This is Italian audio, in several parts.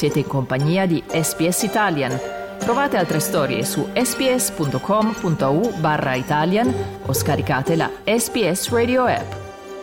Siete in compagnia di SBS Italian. Trovate altre storie su sbs.com.au/Italian o scaricate la SBS Radio app.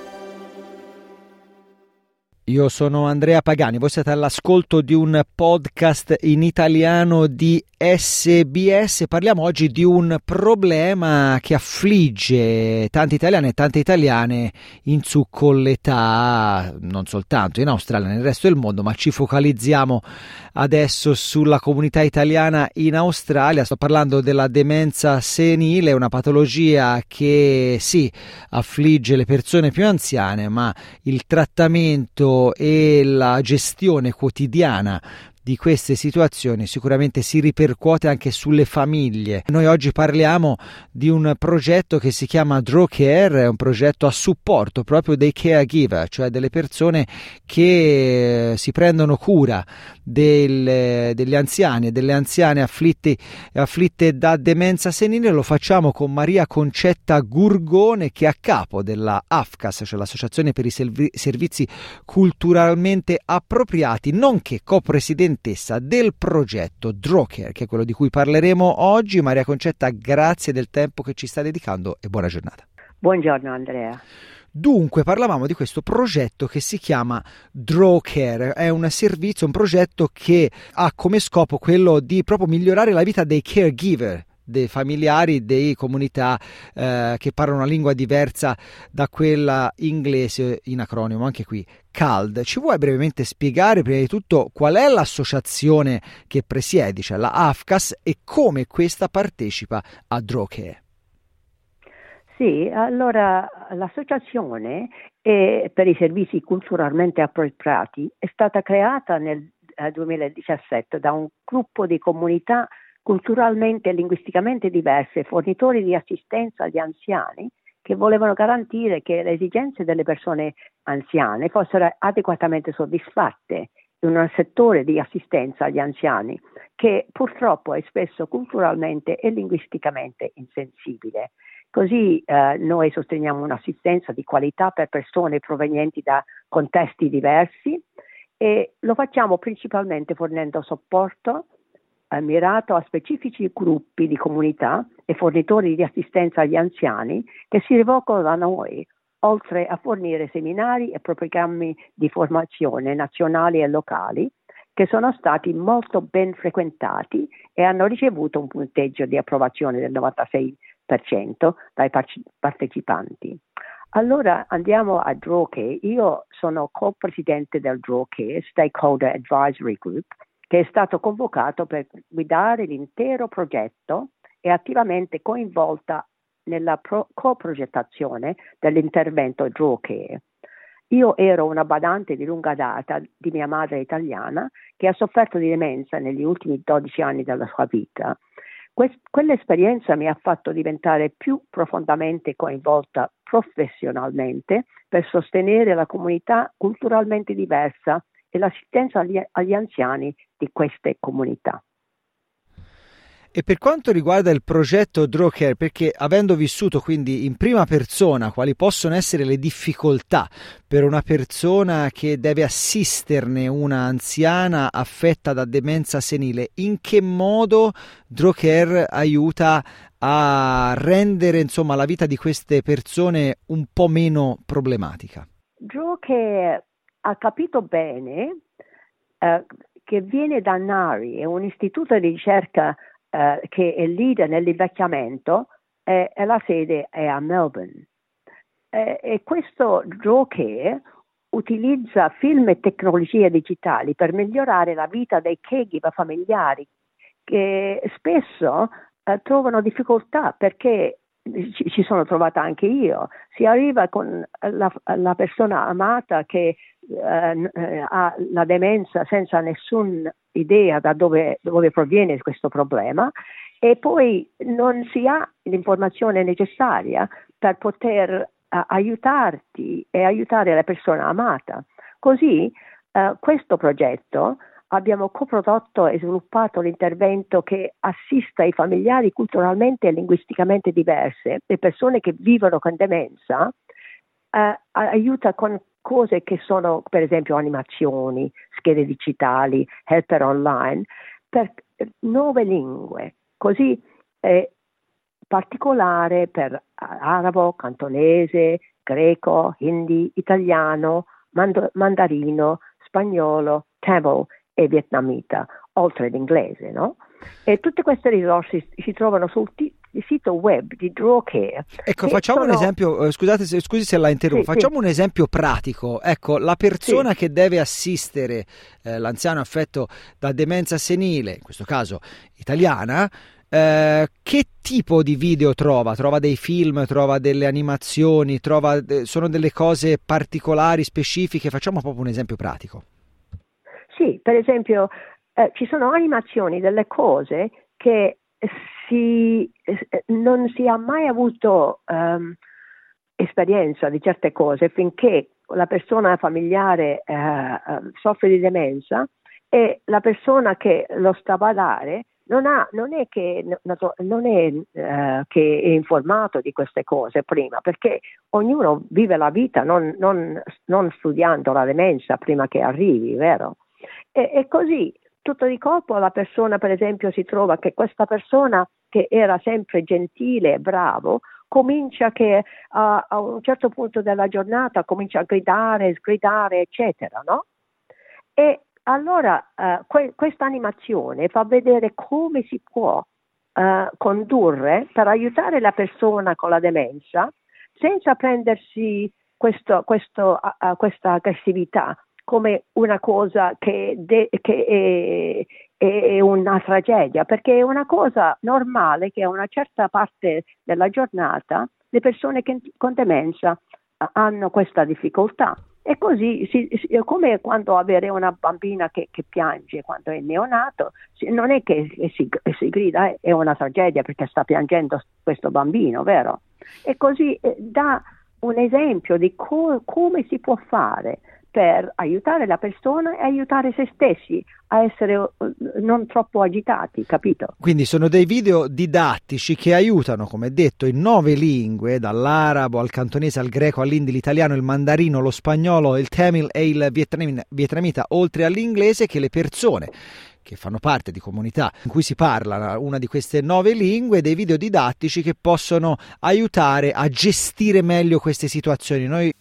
Io sono Andrea Pagani, voi siete all'ascolto di un podcast in italiano di SBS. Parliamo oggi di un problema che affligge tanti italiani e tante italiane in su con l'età, non soltanto in Australia, nel resto del mondo, ma ci focalizziamo adesso sulla comunità italiana in Australia. Sto parlando della demenza senile, una patologia che sì, affligge le persone più anziane, ma il trattamento e la gestione quotidiana di queste situazioni sicuramente si ripercuote anche sulle famiglie. Noi oggi parliamo di un progetto che si chiama Draw Care, è un progetto a supporto proprio dei caregiver, cioè delle persone che si prendono cura degli anziani e delle anziane afflitte da demenza senile. Lo facciamo con Maria Concetta Gurgone, che è a capo della AFCAS, cioè l'Associazione per i Servizi Culturalmente Appropriati, nonché copresidentessa del progetto Draw Care, che è quello di cui parleremo oggi. Maria Concetta, grazie del tempo che ci sta dedicando e buona giornata. Buongiorno Andrea. Dunque, parlavamo di questo progetto che si chiama Draw Care, è un servizio, un progetto che ha come scopo quello di proprio migliorare la vita dei caregiver, dei familiari, dei comunità che parlano una lingua diversa da quella inglese, in acronimo anche qui CALD. Ci vuoi brevemente spiegare prima di tutto qual è l'associazione che presiedi, cioè la AFCAS, e come questa partecipa a Draw Care? Sì, allora l'associazione per i servizi culturalmente appropriati è stata creata nel 2017 da un gruppo di comunità culturalmente e linguisticamente diverse, fornitori di assistenza agli anziani, che volevano garantire che le esigenze delle persone anziane fossero adeguatamente soddisfatte in un settore di assistenza agli anziani che purtroppo è spesso culturalmente e linguisticamente insensibile. Così noi sosteniamo un'assistenza di qualità per persone provenienti da contesti diversi e lo facciamo principalmente fornendo supporto mirato a specifici gruppi di comunità e fornitori di assistenza agli anziani che si rivolgono da noi, oltre a fornire seminari e programmi di formazione nazionali e locali che sono stati molto ben frequentati e hanno ricevuto un punteggio di approvazione del 96% dai partecipanti. Allora andiamo a Draw Care. Io sono co-presidente del Draw Care Stakeholder Advisory Group, che è stato convocato per guidare l'intero progetto e attivamente coinvolta nella coprogettazione dell'intervento Draw Care. Io ero una badante di lunga data di mia madre italiana che ha sofferto di demenza negli ultimi 12 anni della sua vita. Quell'esperienza mi ha fatto diventare più profondamente coinvolta professionalmente per sostenere la comunità culturalmente diversa e l'assistenza agli anziani di queste comunità. E per quanto riguarda il progetto Draw Care, perché avendo vissuto quindi in prima persona quali possono essere le difficoltà per una persona che deve assisterne una anziana affetta da demenza senile, in che modo Draw Care aiuta a rendere la vita di queste persone un po' meno problematica? Draw Care ha capito bene che viene da NARI, è un istituto di ricerca che è leader nell'invecchiamento e la sede è a Melbourne. E questo Draw Care utilizza film e tecnologie digitali per migliorare la vita dei caregiver familiari che spesso trovano difficoltà, perché ci sono trovata anche io. Si arriva con la persona amata che ha la demenza senza nessuna idea da dove proviene questo problema e poi non si ha l'informazione necessaria per poter aiutarti e aiutare la persona amata. Così questo progetto abbiamo coprodotto e sviluppato l'intervento che assista i familiari culturalmente e linguisticamente diverse, le persone che vivono con demenza, aiuta con cose che sono per esempio animazioni, schede digitali, helper online, per 9 lingue, così particolare per arabo, cantonese, greco, hindi, italiano, mandarino, spagnolo, tamil e vietnamita, oltre l'inglese, no? E tutte queste risorse si trovano sul sito web di Drawcare. Ecco, facciamo un esempio, scusi se la interrompo, facciamo un esempio pratico. Ecco, la persona che deve assistere l'anziano affetto da demenza senile, in questo caso italiana, che tipo di video trova? Trova dei film, trova delle animazioni, sono delle cose particolari, specifiche? Facciamo proprio un esempio pratico. Sì, per esempio ci sono animazioni delle cose che non si ha mai avuto esperienza di certe cose finché la persona familiare soffre di demenza e la persona che lo sta a badare non è che è informato di queste cose prima, perché ognuno vive la vita non studiando la demenza prima che arrivi, vero? E così tutto di colpo la persona, per esempio, si trova che questa persona che era sempre gentile e bravo comincia che a un certo punto della giornata comincia a gridare, sgridare, eccetera, no? E allora questa animazione fa vedere come si può condurre per aiutare la persona con la demenza senza prendersi questa aggressività come una cosa che è una tragedia, perché è una cosa normale che a una certa parte della giornata le persone con demenza hanno questa difficoltà. E così è come quando avere una bambina che piange quando è neonato, non è che si grida, è una tragedia perché sta piangendo questo bambino, vero? E così dà un esempio di come si può fare per aiutare la persona e aiutare se stessi a essere non troppo agitati, capito? Quindi sono dei video didattici che aiutano, come detto, in 9 lingue, dall'arabo al cantonese al greco all'indi, l'italiano, il mandarino, lo spagnolo, il tamil e il vietnamita, oltre all'inglese, che le persone che fanno parte di comunità in cui si parla una di queste 9 lingue, dei video didattici che possono aiutare a gestire meglio queste situazioni.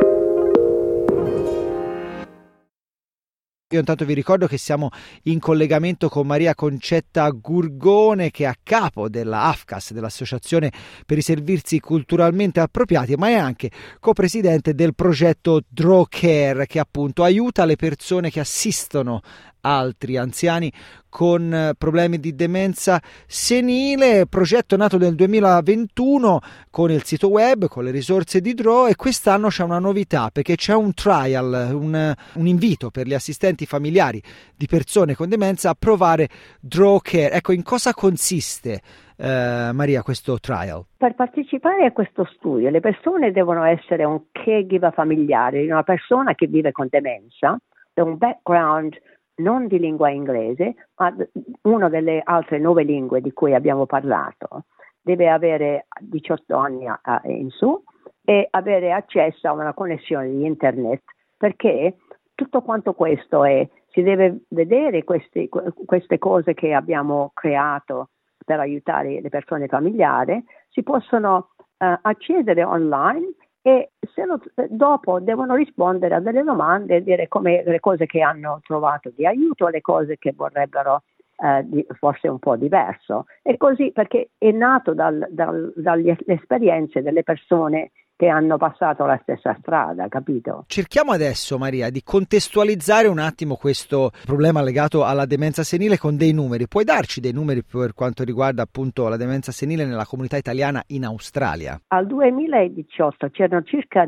Io intanto vi ricordo che siamo in collegamento con Maria Concetta Gurgone, che è a capo della AFCAS, dell'Associazione per i Servizi Culturalmente Appropriati, ma è anche copresidente del progetto Drawcare, che appunto aiuta le persone che assistono altri anziani con problemi di demenza senile, progetto nato nel 2021 con il sito web, con le risorse di Draw, e quest'anno c'è una novità perché c'è un trial, un invito per gli assistenti familiari di persone con demenza a provare Drawcare. Ecco, in cosa consiste, Maria, questo trial? Per partecipare a questo studio le persone devono essere un caregiver familiare di una persona che vive con demenza, da un background non di lingua inglese, ma una delle altre 9 lingue di cui abbiamo parlato. Deve avere 18 anni in su e avere accesso a una connessione di internet, perché tutto quanto questo si deve vedere queste cose che abbiamo creato per aiutare le persone familiari, si possono accedere online e dopo devono rispondere a delle domande e dire come le cose che hanno trovato di aiuto, le cose che vorrebbero forse un po' diverso. E così, perché è nato dalle esperienze delle persone che hanno passato la stessa strada, capito? Cerchiamo adesso, Maria, di contestualizzare un attimo questo problema legato alla demenza senile con dei numeri. Puoi darci dei numeri per quanto riguarda appunto la demenza senile nella comunità italiana in Australia? Al 2018 c'erano circa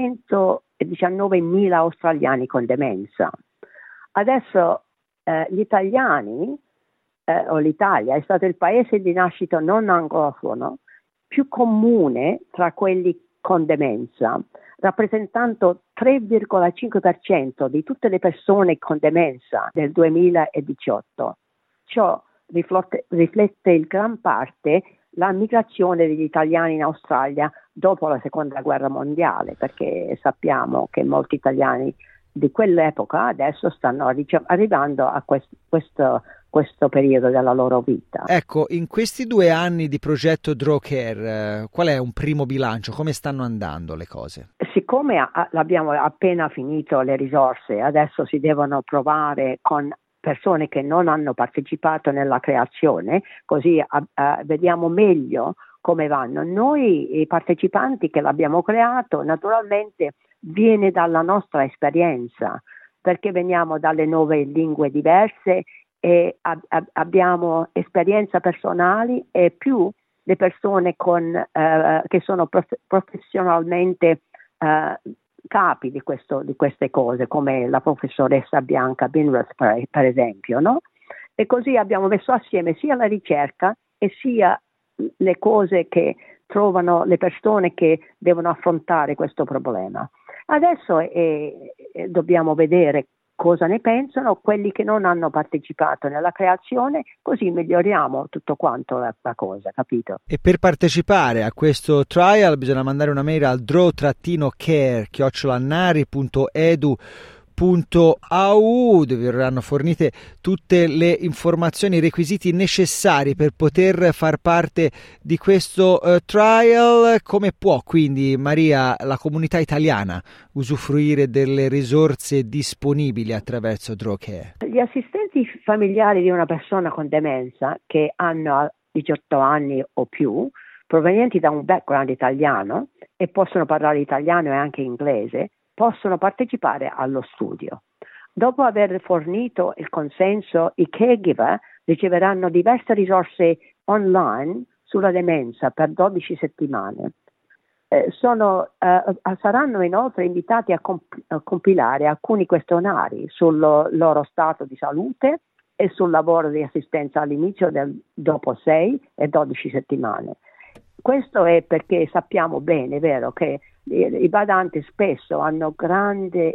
219.000 australiani con demenza. Adesso gli italiani, o l'Italia, è stato il paese di nascita non anglofono più comune tra quelli con demenza, rappresentando 3,5% di tutte le persone con demenza nel 2018. Ciò riflette in gran parte la migrazione degli italiani in Australia dopo la seconda guerra mondiale, perché sappiamo che molti italiani di quell'epoca adesso stanno arrivando a questo periodo della loro vita. Ecco, in questi 2 anni di progetto Draw Care, qual è un primo bilancio? Come stanno andando le cose? Siccome abbiamo appena finito le risorse, adesso si devono provare con persone che non hanno partecipato nella creazione, così vediamo meglio come vanno. Noi, i partecipanti che l'abbiamo creato, naturalmente viene dalla nostra esperienza, perché veniamo dalle 9 lingue diverse e abbiamo esperienza personali e più le persone che sono professionalmente capi di queste cose, come la professoressa Bianca Binworth per esempio, no? E così abbiamo messo assieme sia la ricerca e sia le cose che trovano le persone che devono affrontare questo problema. Adesso dobbiamo vedere cosa ne pensano quelli che non hanno partecipato nella creazione, così miglioriamo tutto quanto la cosa, capito? E per partecipare a questo trial bisogna mandare una mail al draw-care@nari.edu.au, dove verranno fornite tutte le informazioni, i requisiti necessari per poter far parte di questo trial. Come può quindi, Maria, la comunità italiana usufruire delle risorse disponibili attraverso Draw Care? Gli assistenti familiari di una persona con demenza che hanno 18 anni o più, provenienti da un background italiano e possono parlare italiano e anche inglese, possono partecipare allo studio. Dopo aver fornito il consenso, i caregiver riceveranno diverse risorse online sulla demenza per 12 settimane. Saranno inoltre invitati a compilare alcuni questionari sul loro stato di salute e sul lavoro di assistenza all'inizio dopo 6 e 12 settimane. Questo è perché sappiamo bene, vero, che i badanti spesso hanno grande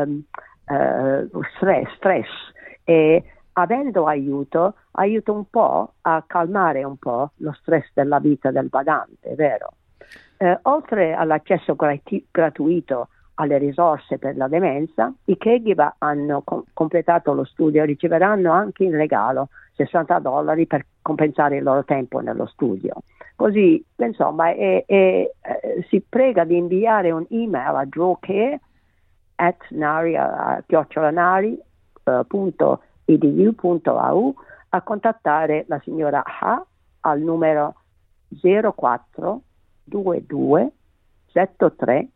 stress e avendo aiuta un po' a calmare un po' lo stress della vita del badante, vero? Oltre all'accesso gratuito alle risorse per la demenza, i caregiver hanno completato lo studio e riceveranno anche in regalo $60 per compensare il loro tempo nello studio. Così, insomma, si prega di inviare un email a drawcare@nari.edu.au a contattare la signora Ha al numero 0422 73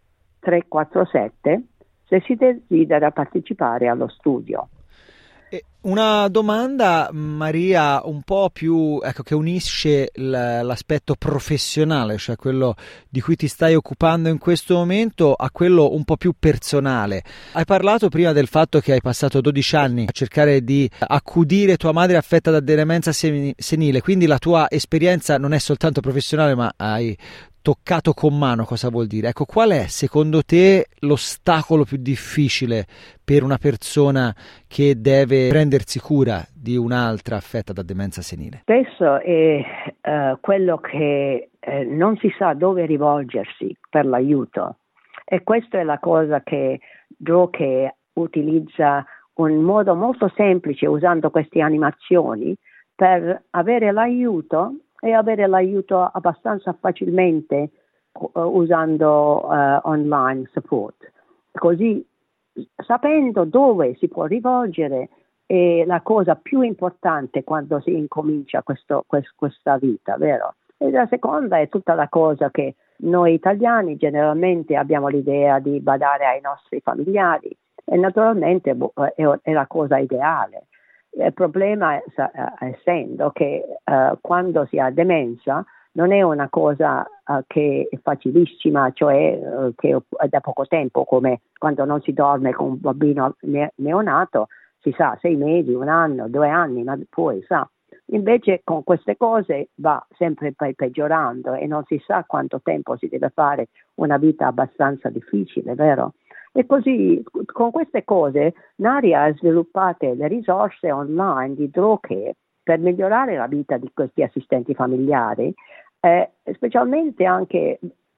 347 se si desidera partecipare allo studio. Una domanda, Maria, un po' più che unisce l'aspetto professionale, cioè quello di cui ti stai occupando in questo momento, a quello un po' più personale. Hai parlato prima del fatto che hai passato 12 anni a cercare di accudire tua madre affetta da demenza senile, quindi la tua esperienza non è soltanto professionale, ma hai toccato con mano cosa vuol dire. Ecco, qual è secondo te l'ostacolo più difficile per una persona che deve prendersi cura di un'altra affetta da demenza senile? Spesso è quello che non si sa dove rivolgersi per l'aiuto, e questa è la cosa che Draw utilizza un modo molto semplice, usando queste animazioni, per avere l'aiuto e avere l'aiuto abbastanza facilmente usando online support. Così, sapendo dove si può rivolgere, è la cosa più importante quando si incomincia questa vita, vero? E la seconda è tutta la cosa che noi italiani generalmente abbiamo l'idea di badare ai nostri familiari, e naturalmente è la cosa ideale. Il problema essendo che quando si ha demenza non è una cosa che è facilissima, cioè che è da poco tempo, come quando non si dorme con un bambino neonato, si sa 6 mesi, 1 anno, 2 anni, ma poi sa. Invece con queste cose va sempre peggiorando e non si sa quanto tempo si deve fare una vita abbastanza difficile, vero? E così, con queste cose, Nari ha sviluppato le risorse online di Draw Care per migliorare la vita di questi assistenti familiari, specialmente anche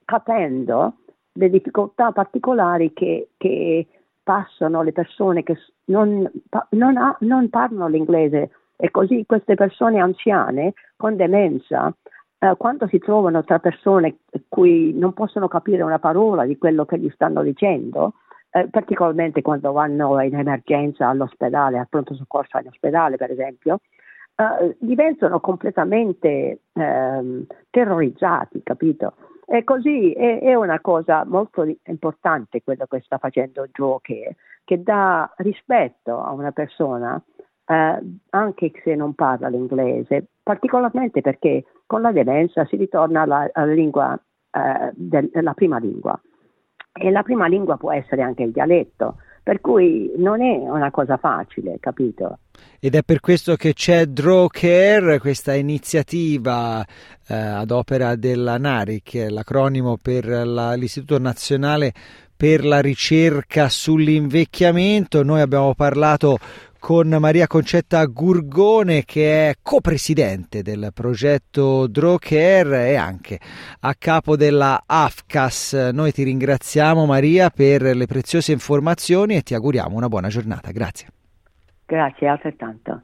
capendo le difficoltà particolari che passano le persone che non parlano l'inglese, e così queste persone anziane con demenza, quando si trovano tra persone cui non possono capire una parola di quello che gli stanno dicendo, particolarmente quando vanno in emergenza all'ospedale, al pronto soccorso all'ospedale per esempio, diventano completamente terrorizzati, capito? E così è una cosa molto importante quello che sta facendo Joe, che dà rispetto a una persona anche se non parla l'inglese, particolarmente perché con la demenza si ritorna alla lingua, la prima lingua, e la prima lingua può essere anche il dialetto, per cui non è una cosa facile, capito? Ed è per questo che c'è Draw Care, questa iniziativa ad opera della NARIC, l'acronimo per l'Istituto Nazionale per la Ricerca sull'Invecchiamento. Noi abbiamo parlato con Maria Concetta Gurgone, che è copresidente del progetto Draw Care e anche a capo della AFCAS. Noi ti ringraziamo, Maria, per le preziose informazioni e ti auguriamo una buona giornata. Grazie. Grazie, altrettanto.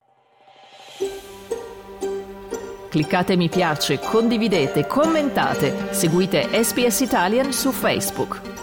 Cliccate mi piace, condividete, commentate, seguite SBS Italian su Facebook.